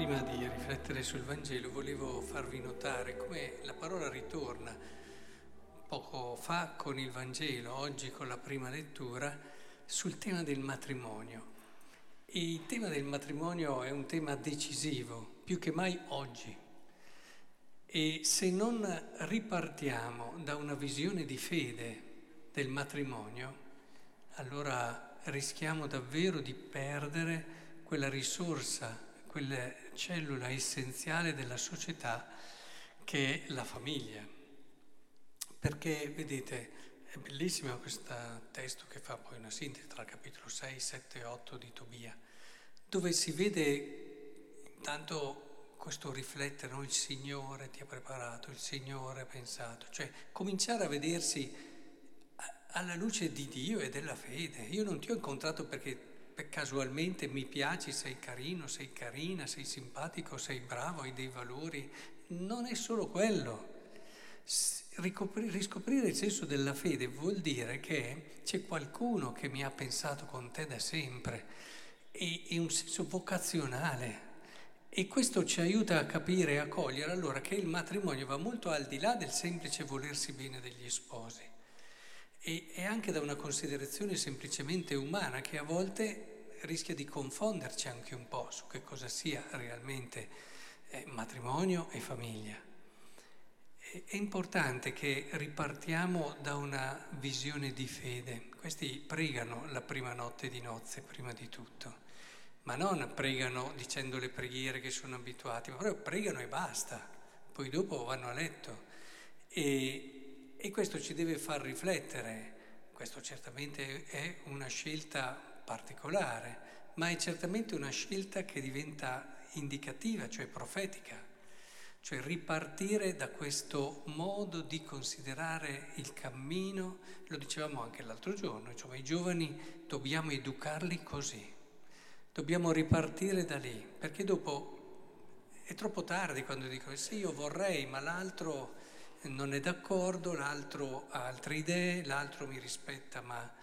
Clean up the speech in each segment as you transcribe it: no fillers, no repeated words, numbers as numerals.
Prima di riflettere sul Vangelo volevo farvi notare come la parola ritorna poco fa con il Vangelo, oggi con la prima lettura, sul tema del matrimonio. E il tema del matrimonio è un tema decisivo, più che mai oggi. E se non ripartiamo da una visione di fede del matrimonio, allora rischiamo davvero di perdere quella risorsa, quella cellula essenziale della società che è la famiglia. Perché, vedete, è bellissimo questo testo che fa poi una sintesi tra capitolo 6, 7 e 8 di Tobia, dove si vede intanto questo riflettere, no? Il Signore ti ha preparato, il Signore ha pensato, cioè cominciare a vedersi alla luce di Dio e della fede. Io non ti ho incontrato perché casualmente mi piaci, sei carino, sei carina, sei simpatico, sei bravo, hai dei valori. Non è solo quello. Riscoprire il senso della fede vuol dire che c'è qualcuno che mi ha pensato con te da sempre, è un senso vocazionale. E questo ci aiuta a capire e a cogliere allora che il matrimonio va molto al di là del semplice volersi bene degli sposi. E anche da una considerazione semplicemente umana che a volte rischia di confonderci anche un po' su che cosa sia realmente matrimonio e famiglia. È importante che ripartiamo da una visione di fede. Questi pregano la prima notte di nozze, prima di tutto, ma non pregano dicendo le preghiere che sono abituati, ma proprio pregano e basta, poi dopo vanno a letto. E questo ci deve far riflettere. Questo certamente è una scelta particolare, ma è certamente una scelta che diventa indicativa, cioè profetica. Cioè ripartire da questo modo di considerare il cammino, lo dicevamo anche l'altro giorno, insomma i giovani dobbiamo educarli così, dobbiamo ripartire da lì, perché dopo è troppo tardi quando dico sì io vorrei ma l'altro non è d'accordo, l'altro ha altre idee, l'altro mi rispetta, ma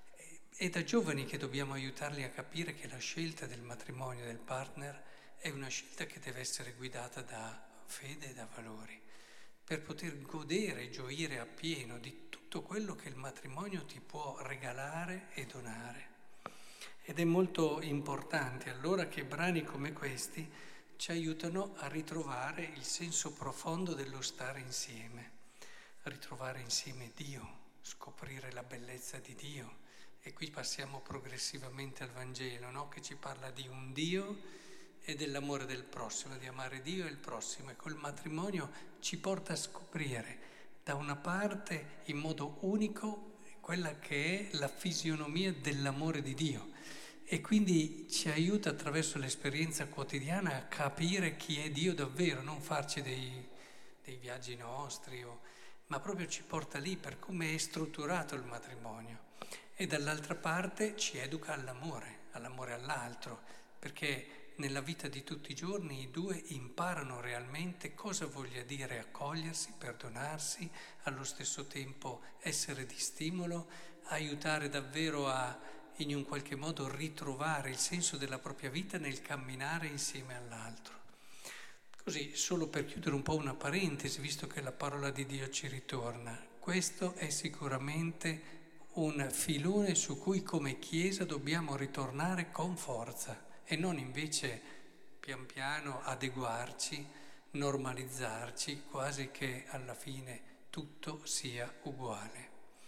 è da giovani che dobbiamo aiutarli a capire che la scelta del matrimonio, del partner, è una scelta che deve essere guidata da fede e da valori, per poter godere e gioire appieno di tutto quello che il matrimonio ti può regalare e donare. Ed è molto importante allora che brani come questi ci aiutano a ritrovare il senso profondo dello stare insieme, a ritrovare insieme Dio, scoprire la bellezza di Dio. E qui passiamo progressivamente al Vangelo, no? Che ci parla di un Dio e dell'amore del prossimo, di amare Dio e il prossimo. E col matrimonio ci porta a scoprire da una parte in modo unico quella che è la fisionomia dell'amore di Dio e quindi ci aiuta attraverso l'esperienza quotidiana a capire chi è Dio davvero, non farci dei viaggi nostri, ma proprio ci porta lì per come è strutturato il matrimonio. E dall'altra parte ci educa all'amore all'altro, perché nella vita di tutti i giorni i due imparano realmente cosa voglia dire accogliersi, perdonarsi, allo stesso tempo essere di stimolo, aiutare davvero a in un qualche modo ritrovare il senso della propria vita nel camminare insieme all'altro. Così, solo per chiudere un po' una parentesi, visto che la parola di Dio ci ritorna, questo è sicuramente un filone su cui come Chiesa dobbiamo ritornare con forza e non invece pian piano adeguarci, normalizzarci, quasi che alla fine tutto sia uguale.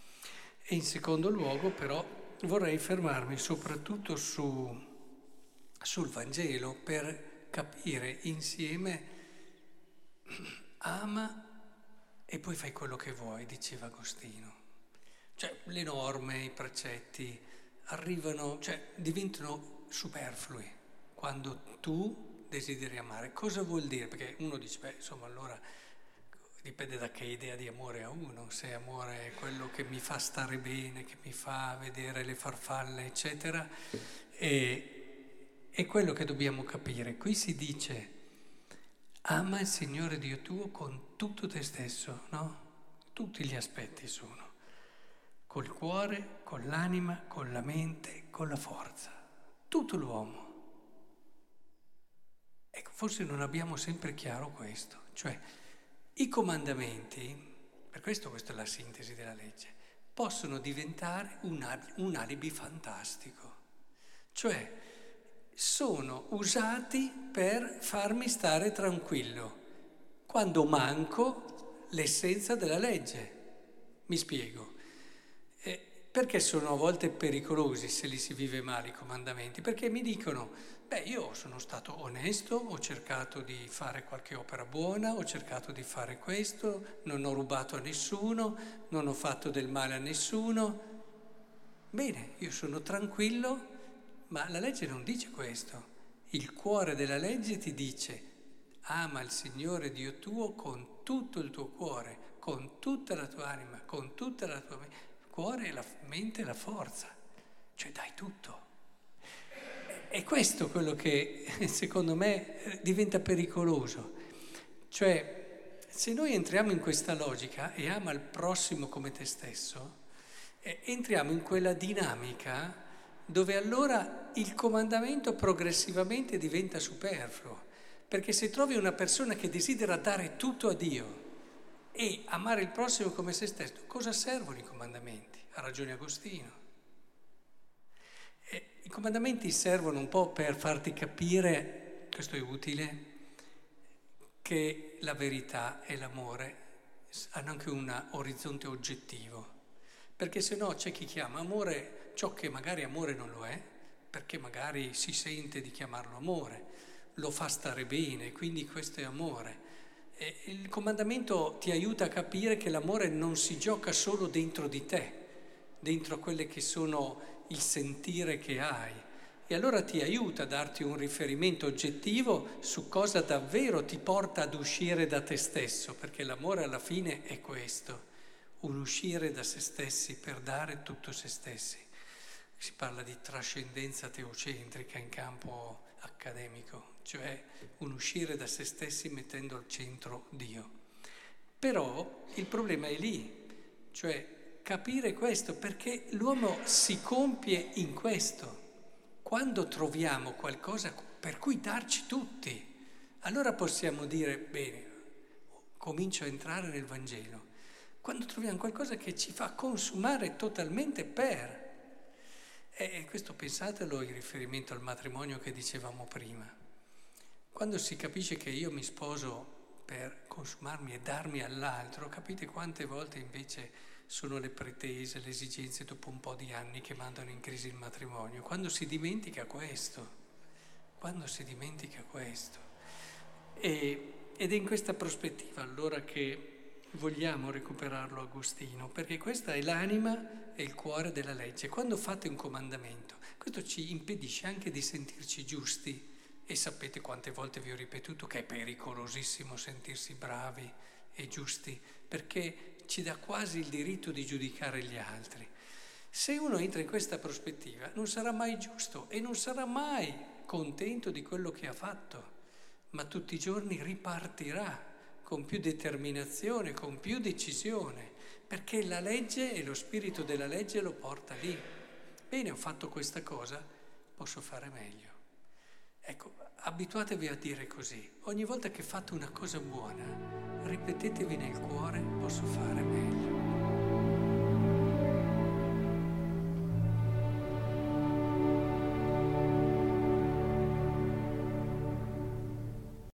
E in secondo luogo però vorrei fermarmi soprattutto sul Vangelo per capire insieme ama e poi fai quello che vuoi, diceva Agostino. Cioè le norme, i precetti arrivano, cioè diventano superflui quando tu desideri amare. Cosa vuol dire? Perché uno dice, beh, insomma, allora dipende da che idea di amore ha uno, se amore è quello che mi fa stare bene, che mi fa vedere le farfalle, eccetera, e è quello che dobbiamo capire. Qui si dice, ama il Signore Dio tuo con tutto te stesso, no? Tutti gli aspetti sono. Col cuore, con l'anima, con la mente, con la forza. Tutto l'uomo. Ecco, forse non abbiamo sempre chiaro questo, cioè i comandamenti, per questo questa è la sintesi della legge, possono diventare un alibi fantastico, cioè sono usati per farmi stare tranquillo quando manco l'essenza della legge. Mi spiego. Perché sono a volte pericolosi se li si vive male i comandamenti? Perché mi dicono, io sono stato onesto, ho cercato di fare qualche opera buona, ho cercato di fare questo, non ho rubato a nessuno, non ho fatto del male a nessuno. Bene, io sono tranquillo, ma la legge non dice questo. Il cuore della legge ti dice, ama il Signore Dio tuo con tutto il tuo cuore, con tutta la tua anima, con tutta la tua mente. Cuore, la mente e la forza, cioè dai tutto. È questo quello che secondo me diventa pericoloso. Cioè, se noi entriamo in questa logica e ama il prossimo come te stesso, entriamo in quella dinamica dove allora il comandamento progressivamente diventa superfluo. Perché se trovi una persona che desidera dare tutto a Dio e amare il prossimo come se stesso, cosa servono i comandamenti? Ha ragione Agostino. I comandamenti servono un po' per farti capire, questo è utile, che la verità e l'amore hanno anche un orizzonte oggettivo. Perché se no c'è chi chiama amore ciò che magari amore non lo è, perché magari si sente di chiamarlo amore, lo fa stare bene, quindi questo è amore. Il comandamento ti aiuta a capire che l'amore non si gioca solo dentro di te, dentro quelle che sono il sentire che hai. E allora ti aiuta a darti un riferimento oggettivo su cosa davvero ti porta ad uscire da te stesso, perché l'amore alla fine è questo, un uscire da se stessi per dare tutto se stessi. Si parla di trascendenza teocentrica in campo accademico, cioè un uscire da se stessi mettendo al centro Dio. Però il problema è lì, cioè capire questo, perché l'uomo si compie in questo. Quando troviamo qualcosa per cui darci tutti, allora possiamo dire, bene, comincio a entrare nel Vangelo. Quando troviamo qualcosa che ci fa consumare totalmente per... E questo pensatelo in riferimento al matrimonio che dicevamo prima. Quando si capisce che io mi sposo per consumarmi e darmi all'altro, capite quante volte invece sono le pretese, le esigenze dopo un po' di anni che mandano in crisi il matrimonio. Quando si dimentica questo. Ed è in questa prospettiva allora che vogliamo recuperarlo Agostino, perché questa è l'anima e il cuore della legge. Quando fate un comandamento, questo ci impedisce anche di sentirci giusti. E sapete quante volte vi ho ripetuto che è pericolosissimo sentirsi bravi e giusti, perché ci dà quasi il diritto di giudicare gli altri. Se uno entra in questa prospettiva non sarà mai giusto e non sarà mai contento di quello che ha fatto, ma tutti i giorni ripartirà con più determinazione, con più decisione, perché la legge e lo spirito della legge lo porta lì. Bene, ho fatto questa cosa, posso fare meglio. Ecco, abituatevi a dire così. Ogni volta che fate una cosa buona, ripetetevi nel cuore, posso fare meglio.